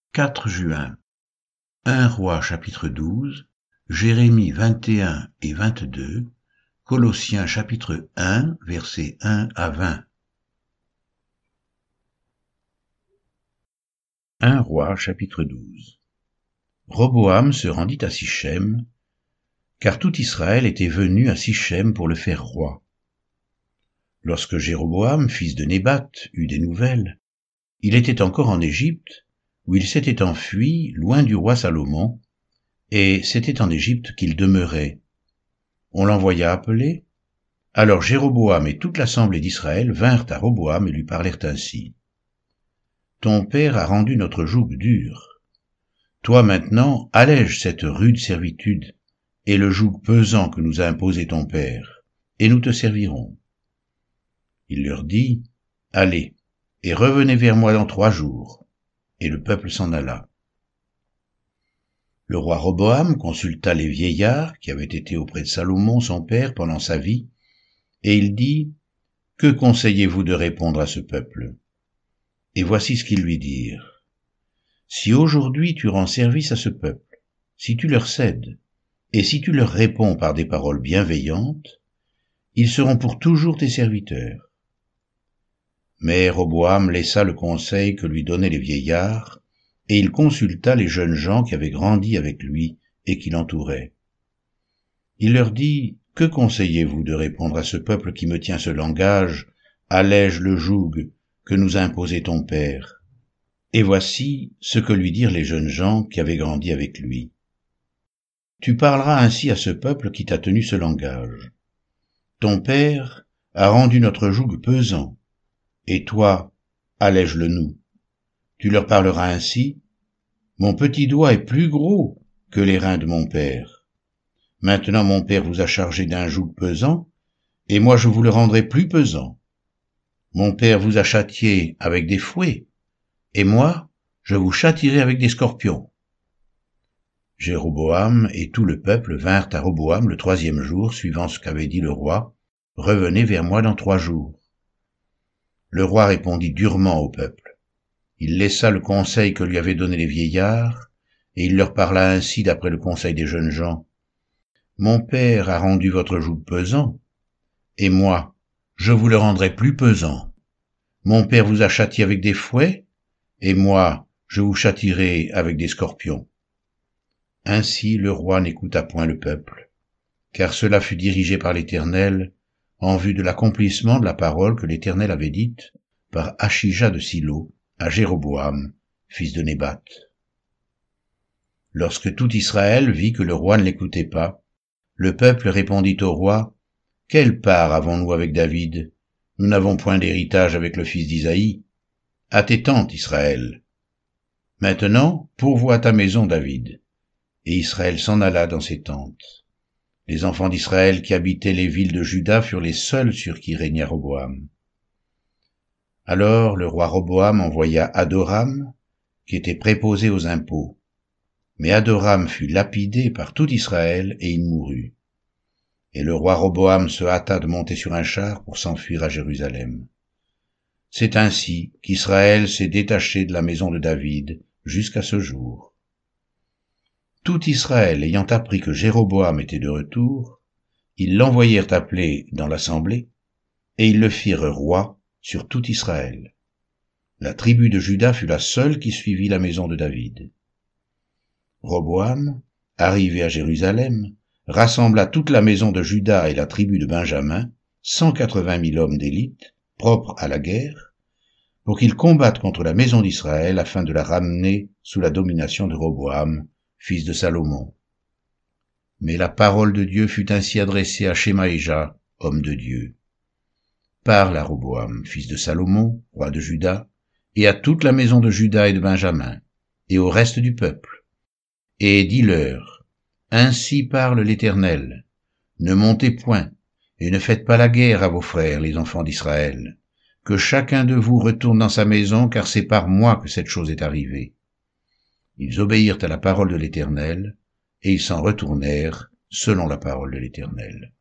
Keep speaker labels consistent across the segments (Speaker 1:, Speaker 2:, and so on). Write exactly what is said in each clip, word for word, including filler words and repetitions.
Speaker 1: quatre juin. un Roi chapitre douze, Jérémie vingt et un et vingt-deux, Colossiens chapitre un, versets un à vingt. un Roi chapitre douze. Roboam se rendit à Sichem, car tout Israël était venu à Sichem pour le faire roi. Lorsque Jéroboam, fils de Nébat, eut des nouvelles, il était encore en Égypte, où il s'était enfui, loin du roi Salomon, et c'était en Égypte qu'il demeurait. On l'envoya appeler. Alors Jéroboam et toute l'assemblée d'Israël vinrent à Roboam et lui parlèrent ainsi. « Ton père a rendu notre joug dur. Toi maintenant, allège cette rude servitude et le joug pesant que nous a imposé ton père, et nous te servirons. » Il leur dit, « Allez, et revenez vers moi dans trois jours. » Et le peuple s'en alla. Le roi Roboam consulta les vieillards qui avaient été auprès de Salomon son père pendant sa vie, et il dit, « Que conseillez-vous de répondre à ce peuple ?» Et voici ce qu'ils lui dirent. « Si aujourd'hui tu rends service à ce peuple, si tu leur cèdes, et si tu leur réponds par des paroles bienveillantes, ils seront pour toujours tes serviteurs. » Mais Roboam laissa le conseil que lui donnaient les vieillards, et il consulta les jeunes gens qui avaient grandi avec lui et qui l'entouraient. Il leur dit, « Que conseillez-vous de répondre à ce peuple qui me tient ce langage, allège le joug que nous a imposé ton père ?» Et voici ce que lui dirent les jeunes gens qui avaient grandi avec lui. « Tu parleras ainsi à ce peuple qui t'a tenu ce langage. Ton père a rendu notre joug pesant, et toi, allège-le nous. Tu leur parleras ainsi, « Mon petit doigt est plus gros que les reins de mon père. Maintenant mon père vous a chargé d'un joug pesant, et moi je vous le rendrai plus pesant. Mon père vous a châtié avec des fouets, et moi je vous châtierai avec des scorpions. » Jéroboam et tout le peuple vinrent à Roboam le troisième jour, suivant ce qu'avait dit le roi, « Revenez vers moi dans trois jours. » Le roi répondit durement au peuple. Il laissa le conseil que lui avaient donné les vieillards, et il leur parla ainsi d'après le conseil des jeunes gens. « Mon père a rendu votre joug pesant, et moi, je vous le rendrai plus pesant. Mon père vous a châtié avec des fouets, et moi, je vous châtierai avec des scorpions. » Ainsi le roi n'écouta point le peuple, car cela fut dirigé par l'Éternel, en vue de l'accomplissement de la parole que l'Éternel avait dite par Achija de Silo à Jéroboam, fils de Nébat. Lorsque tout Israël vit que le roi ne l'écoutait pas, le peuple répondit au roi, « Quelle part avons-nous avec David? Nous n'avons point d'héritage avec le fils d'Isaïe. À tes tentes, Israël. Maintenant, pourvois ta maison, David. » Et Israël s'en alla dans ses tentes. Les enfants d'Israël qui habitaient les villes de Juda furent les seuls sur qui régna Roboam. Alors le roi Roboam envoya Adoram, qui était préposé aux impôts. Mais Adoram fut lapidé par tout Israël et il mourut. Et le roi Roboam se hâta de monter sur un char pour s'enfuir à Jérusalem. C'est ainsi qu'Israël s'est détaché de la maison de David jusqu'à ce jour. Tout Israël ayant appris que Jéroboam était de retour, ils l'envoyèrent appeler dans l'assemblée, et ils le firent roi sur tout Israël. La tribu de Juda fut la seule qui suivit la maison de David. Roboam, arrivé à Jérusalem, rassembla toute la maison de Juda et la tribu de Benjamin, cent quatre-vingt mille hommes d'élite, propres à la guerre, pour qu'ils combattent contre la maison d'Israël afin de la ramener sous la domination de Roboam, fils de Salomon. Mais la parole de Dieu fut ainsi adressée à Shemaïja, homme de Dieu. « Parle à Roboam, fils de Salomon, roi de Juda, et à toute la maison de Juda et de Benjamin, et au reste du peuple. Et dis-leur, ainsi parle l'Éternel, ne montez point, et ne faites pas la guerre à vos frères, les enfants d'Israël, que chacun de vous retourne dans sa maison, car c'est par moi que cette chose est arrivée. » Ils obéirent à la parole de l'Éternel, et ils s'en retournèrent selon la parole de l'Éternel.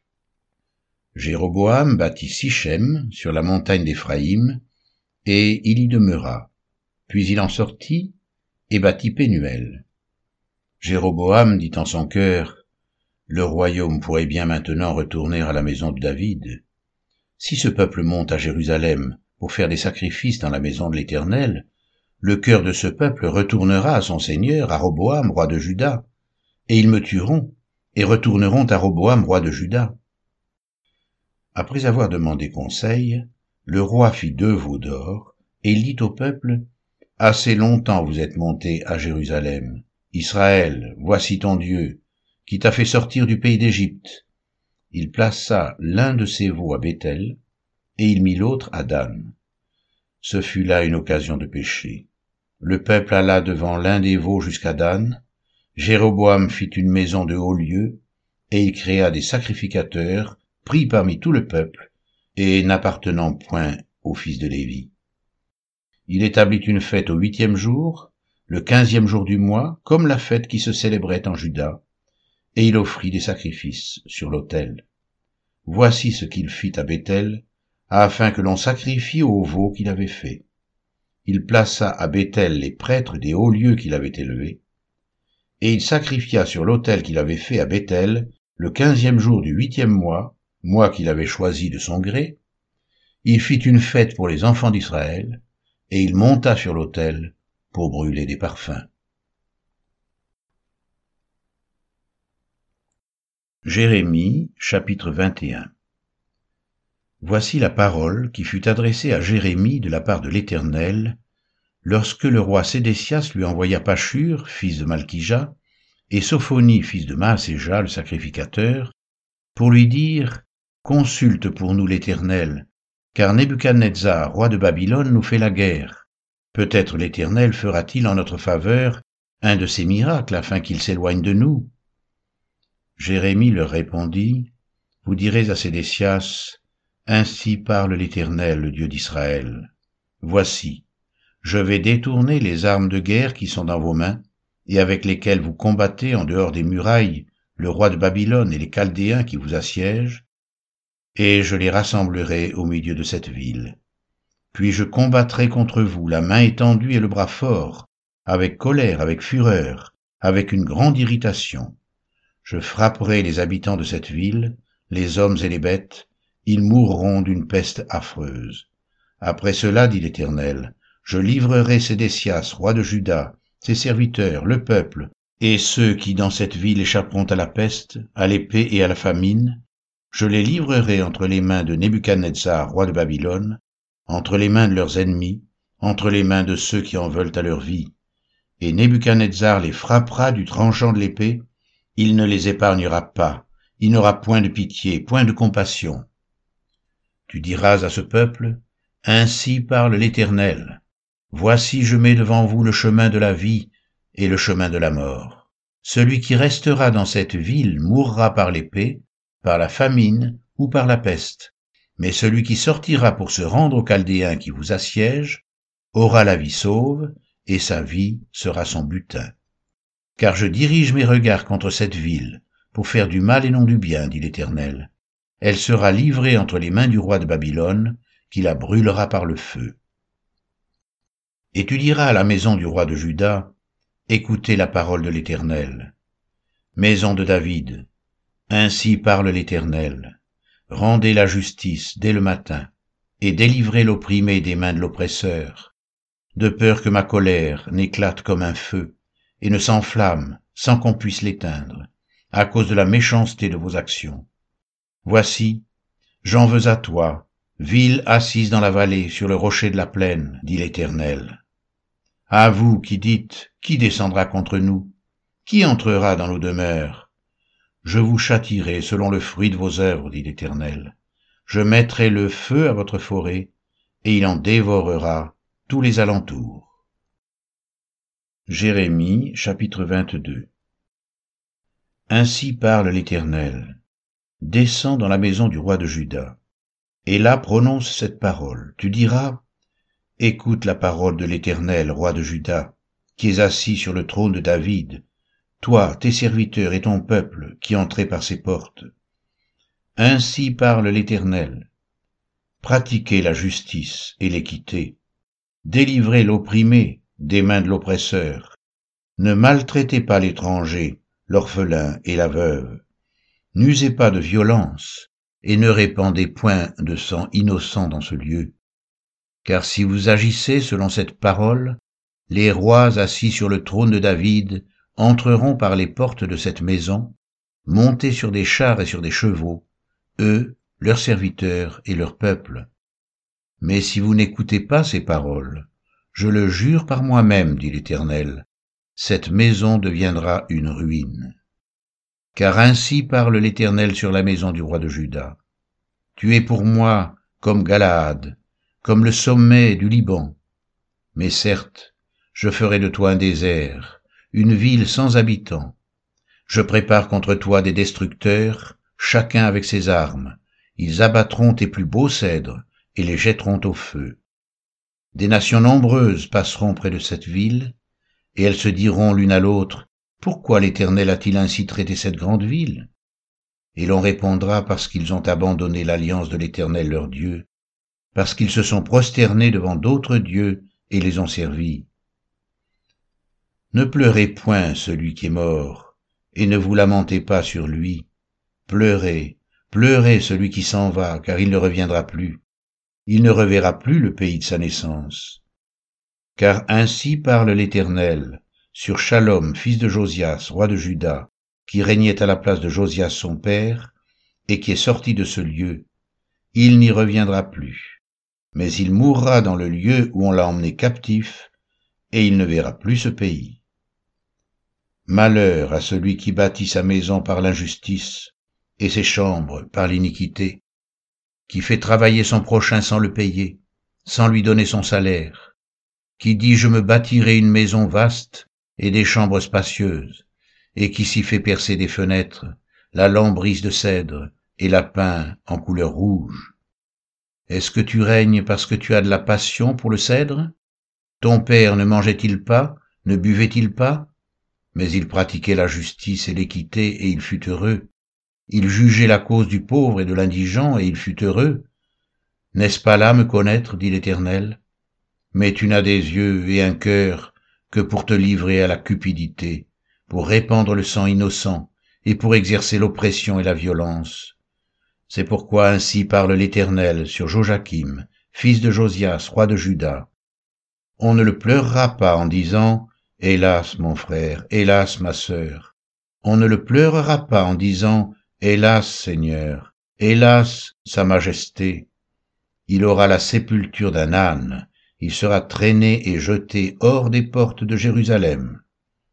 Speaker 1: Jéroboam bâtit Sichem sur la montagne d'Éphraïm, et il y demeura. Puis il en sortit, et bâtit Pénuel. Jéroboam dit en son cœur, « Le royaume pourrait bien maintenant retourner à la maison de David. Si ce peuple monte à Jérusalem pour faire des sacrifices dans la maison de l'Éternel, le cœur de ce peuple retournera à son seigneur, à Roboam, roi de Juda, et ils me tueront, et retourneront à Roboam, roi de Juda. » Après avoir demandé conseil, le roi fit deux veaux d'or, et il dit au peuple, « Assez longtemps vous êtes montés à Jérusalem. Israël, voici ton Dieu, qui t'a fait sortir du pays d'Égypte. » Il plaça l'un de ses veaux à Béthel, et il mit l'autre à Dan. Ce fut là une occasion de péché. Le peuple alla devant l'un des veaux jusqu'à Dan. Jéroboam fit une maison de haut lieu, et il créa des sacrificateurs, pris parmi tout le peuple, et n'appartenant point aux fils de Lévi. Il établit une fête au huitième jour, le quinzième jour du mois, comme la fête qui se célébrait en Juda, et il offrit des sacrifices sur l'autel. Voici ce qu'il fit à Béthel, afin que l'on sacrifie au veau qu'il avait fait. Il plaça à Béthel les prêtres des hauts lieux qu'il avait élevés, et il sacrifia sur l'autel qu'il avait fait à Béthel, le quinzième jour du huitième mois, mois qu'il avait choisi de son gré. Il fit une fête pour les enfants d'Israël, et il monta sur l'autel pour brûler des parfums. Jérémie, chapitre vingt et un. Voici la parole qui fut adressée à Jérémie de la part de l'Éternel, lorsque le roi Sédécias lui envoya Pashur, fils de Malkija, et Sophonie, fils de Maaséja, le sacrificateur, pour lui dire, « Consulte pour nous l'Éternel, car Nebuchadnezzar, roi de Babylone, nous fait la guerre. Peut-être l'Éternel fera-t-il en notre faveur un de ses miracles, afin qu'il s'éloigne de nous. » Jérémie leur répondit, « Vous direz à Sédécias, ainsi parle l'Éternel, le Dieu d'Israël. Voici, je vais détourner les armes de guerre qui sont dans vos mains, et avec lesquelles vous combattez en dehors des murailles le roi de Babylone et les Chaldéens qui vous assiègent, et je les rassemblerai au milieu de cette ville. Puis je combattrai contre vous la main étendue et le bras fort, avec colère, avec fureur, avec une grande irritation. Je frapperai les habitants de cette ville, les hommes et les bêtes, ils mourront d'une peste affreuse. Après cela, dit l'Éternel, je livrerai Sédécias, roi de Juda, ses serviteurs, le peuple, et ceux qui dans cette ville échapperont à la peste, à l'épée et à la famine, je les livrerai entre les mains de Nebuchadnezzar, roi de Babylone, entre les mains de leurs ennemis, entre les mains de ceux qui en veulent à leur vie. Et Nebuchadnezzar les frappera du tranchant de l'épée, il ne les épargnera pas, il n'aura point de pitié, point de compassion. Tu diras à ce peuple, ainsi parle l'Éternel. Voici je mets devant vous le chemin de la vie et le chemin de la mort. Celui qui restera dans cette ville mourra par l'épée, par la famine ou par la peste. Mais celui qui sortira pour se rendre aux Chaldéens qui vous assiègent aura la vie sauve, et sa vie sera son butin. Car je dirige mes regards contre cette ville, pour faire du mal et non du bien, dit l'Éternel. Elle sera livrée entre les mains du roi de Babylone, qui la brûlera par le feu. Et tu diras à la maison du roi de Juda, écoutez la parole de l'Éternel. Maison de David, ainsi parle l'Éternel. Rendez la justice dès le matin, et délivrez l'opprimé des mains de l'oppresseur, de peur que ma colère n'éclate comme un feu, et ne s'enflamme sans qu'on puisse l'éteindre, à cause de la méchanceté de vos actions. Voici, j'en veux à toi, ville assise dans la vallée, sur le rocher de la plaine, dit l'Éternel. À vous qui dites, qui descendra contre nous? Qui entrera dans nos demeures? Je vous châtierai selon le fruit de vos œuvres, dit l'Éternel. Je mettrai le feu à votre forêt, et il en dévorera tous les alentours. Jérémie, chapitre vingt-deux. Ainsi parle l'Éternel. Descends dans la maison du roi de Juda, et là prononce cette parole. Tu diras, écoute la parole de l'Éternel, roi de Juda, qui est assis sur le trône de David, toi, tes serviteurs et ton peuple, qui entrez par ses portes. Ainsi parle l'Éternel. Pratiquez la justice et l'équité. Délivrez l'opprimé des mains de l'oppresseur, Ne maltraitez pas l'étranger, l'orphelin et la veuve. N'usez pas de violence, et ne répandez point de sang innocent dans ce lieu. Car si vous agissez selon cette parole, les rois assis sur le trône de David entreront par les portes de cette maison, montés sur des chars et sur des chevaux, eux, leurs serviteurs et leur peuple. Mais si vous n'écoutez pas ces paroles, je le jure par moi-même, dit l'Éternel, cette maison deviendra une ruine. Car ainsi parle l'Éternel sur la maison du roi de Juda. Tu es pour moi comme Galaad, comme le sommet du Liban. Mais certes, je ferai de toi un désert, une ville sans habitants. Je prépare contre toi des destructeurs, chacun avec ses armes. Ils abattront tes plus beaux cèdres et les jetteront au feu. Des nations nombreuses passeront près de cette ville, et elles se diront l'une à l'autre, pourquoi l'Éternel a-t-il ainsi traité cette grande ville? Et l'on répondra parce qu'ils ont abandonné l'alliance de l'Éternel leur Dieu, parce qu'ils se sont prosternés devant d'autres dieux et les ont servis. Ne pleurez point celui qui est mort, et ne vous lamentez pas sur lui. Pleurez, pleurez celui qui s'en va, car il ne reviendra plus. Il ne reverra plus le pays de sa naissance. Car ainsi parle l'Éternel, sur Shalom, fils de Josias, roi de Juda, qui régnait à la place de Josias son père, et qui est sorti de ce lieu. Il n'y reviendra plus, mais il mourra dans le lieu où on l'a emmené captif, et il ne verra plus ce pays. Malheur à celui qui bâtit sa maison par l'injustice, et ses chambres par l'iniquité, qui fait travailler son prochain sans le payer, sans lui donner son salaire, qui dit « je me bâtirai une maison vaste et des chambres spacieuses », et qui s'y fait percer des fenêtres, la lambrise de cèdre et la peint en couleur rouge. Est-ce que tu règnes parce que tu as de la passion pour le cèdre? Ton père ne mangeait-il pas, ne buvait-il pas? Mais il pratiquait la justice et l'équité, et il fut heureux. Il jugeait la cause du pauvre et de l'indigent, et il fut heureux. N'est-ce pas là me connaître, dit l'Éternel? Mais tu n'as des yeux et un cœur que pour te livrer à la cupidité, pour répandre le sang innocent, et pour exercer l'oppression et la violence. C'est pourquoi ainsi parle l'Éternel sur Joachim, fils de Josias, roi de Juda. On ne le pleurera pas en disant « Hélas, mon frère, hélas, ma sœur ». On ne le pleurera pas en disant « Hélas, Seigneur, hélas, Sa Majesté ». Il aura la sépulture d'un âne, il sera traîné et jeté hors des portes de Jérusalem.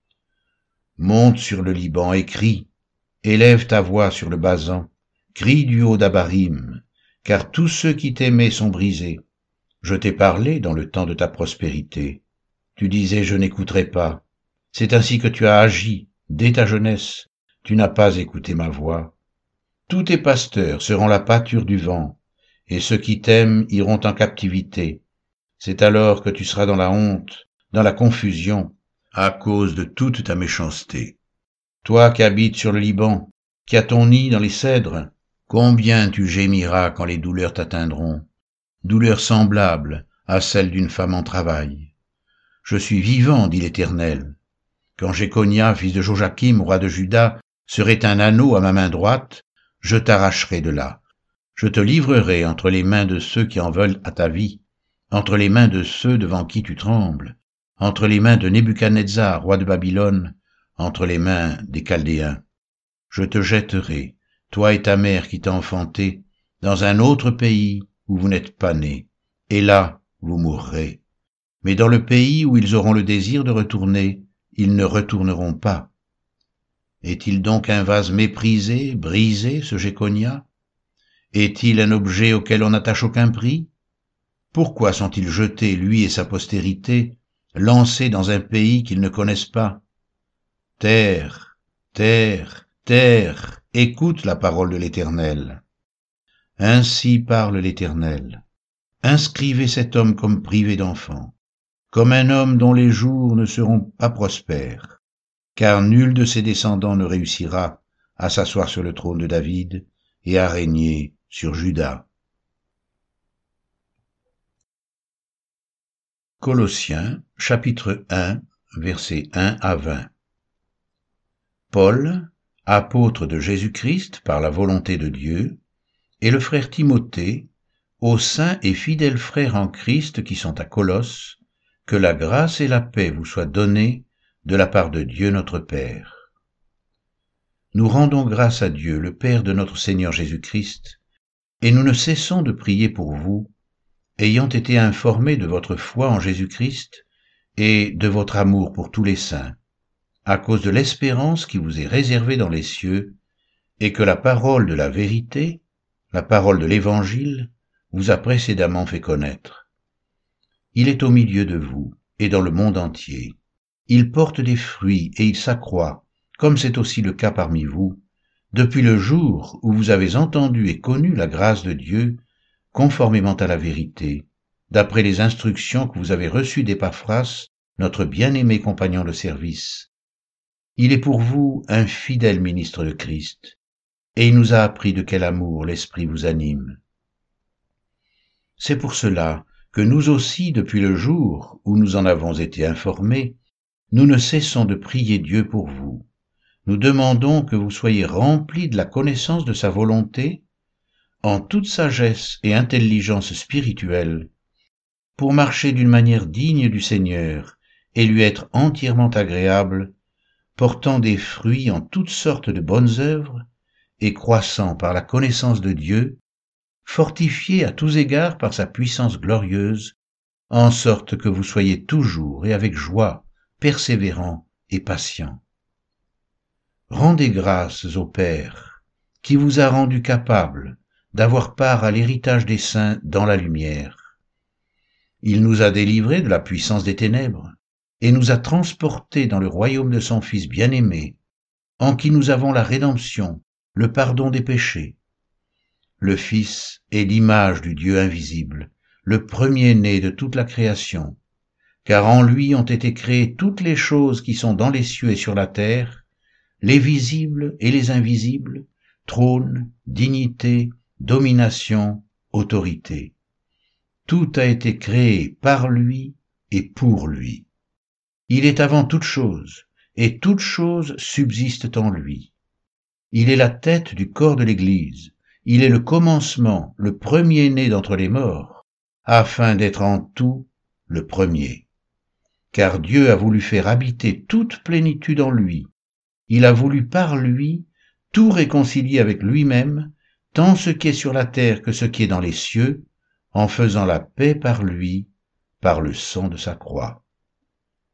Speaker 1: Monte sur le Liban et crie, élève ta voix sur le Basan, crie du haut d'Abarim, car tous ceux qui t'aimaient sont brisés. Je t'ai parlé dans le temps de ta prospérité. Tu disais, je n'écouterai pas. C'est ainsi que tu as agi, dès ta jeunesse. Tu n'as pas écouté ma voix. Tous tes pasteurs seront la pâture du vent, et ceux qui t'aiment iront en captivité. C'est alors que tu seras dans la honte, dans la confusion, à cause de toute ta méchanceté. Toi qui habites sur le Liban, qui as ton nid dans les cèdres, combien tu gémiras quand les douleurs t'atteindront, douleurs semblables à celles d'une femme en travail. Je suis vivant, dit l'Éternel. Quand Jéconia, fils de Joachim, roi de Juda, serait un anneau à ma main droite, je t'arracherai de là. Je te livrerai entre les mains de ceux qui en veulent à ta vie, entre les mains de ceux devant qui tu trembles, entre les mains de Nebuchadnezzar, roi de Babylone, entre les mains des Chaldéens. Je te jetterai, toi et ta mère qui t'a enfanté, dans un autre pays où vous n'êtes pas nés, et là vous mourrez. Mais dans le pays où ils auront le désir de retourner, ils ne retourneront pas. Est-il donc un vase méprisé, brisé, ce Jéconia? Est-il un objet auquel on n'attache aucun prix? Pourquoi sont-ils jetés, lui et sa postérité, lancés dans un pays qu'ils ne connaissent pas? Terre, terre, terre, écoute la parole de l'Éternel. Ainsi parle l'Éternel. Inscrivez cet homme comme privé d'enfant, comme un homme dont les jours ne seront pas prospères, car nul de ses descendants ne réussira à s'asseoir sur le trône de David et à régner sur Juda. Colossiens, chapitre un, versets un à vingt. Paul, apôtre de Jésus-Christ par la volonté de Dieu, et le frère Timothée, aux saints et fidèles frères en Christ qui sont à Colosse, que la grâce et la paix vous soient données de la part de Dieu notre Père. Nous rendons grâce à Dieu, le Père de notre Seigneur Jésus-Christ, et nous ne cessons de prier pour vous, ayant été informés de votre foi en Jésus-Christ et de votre amour pour tous les saints, à cause de l'espérance qui vous est réservée dans les cieux, et que la parole de la vérité, la parole de l'Évangile, vous a précédemment fait connaître. Il est au milieu de vous et dans le monde entier. Il porte des fruits et il s'accroît, comme c'est aussi le cas parmi vous, depuis le jour où vous avez entendu et connu la grâce de Dieu, conformément à la vérité, d'après les instructions que vous avez reçues d'Épaphras, notre bien-aimé compagnon de service. Il est pour vous un fidèle ministre de Christ, et il nous a appris de quel amour l'Esprit vous anime. C'est pour cela que nous aussi, depuis le jour où nous en avons été informés, nous ne cessons de prier Dieu pour vous. Nous demandons que vous soyez remplis de la connaissance de sa volonté, en toute sagesse et intelligence spirituelle, pour marcher d'une manière digne du Seigneur et lui être entièrement agréable, portant des fruits en toutes sortes de bonnes œuvres et croissant par la connaissance de Dieu, fortifiés à tous égards par sa puissance glorieuse, en sorte que vous soyez toujours et avec joie, persévérants et patients. Rendez grâces au Père, qui vous a rendu capable d'avoir part à l'héritage des saints dans la lumière. Il nous a délivrés de la puissance des ténèbres et nous a transportés dans le royaume de son Fils bien-aimé, en qui nous avons la rédemption, le pardon des péchés. Le Fils est l'image du Dieu invisible, le premier-né de toute la création, car en lui ont été créées toutes les choses qui sont dans les cieux et sur la terre, les visibles et les invisibles, trône, dignité, domination, autorité. Tout a été créé par lui et pour lui. Il est avant toute chose, et toutes choses subsistent en lui. Il est la tête du corps de l'Église. Il est le commencement, le premier-né d'entre les morts, afin d'être en tout le premier. Car Dieu a voulu faire habiter toute plénitude en lui. Il a voulu par lui tout réconcilier avec lui-même, tant ce qui est sur la terre que ce qui est dans les cieux, en faisant la paix par lui, par le sang de sa croix.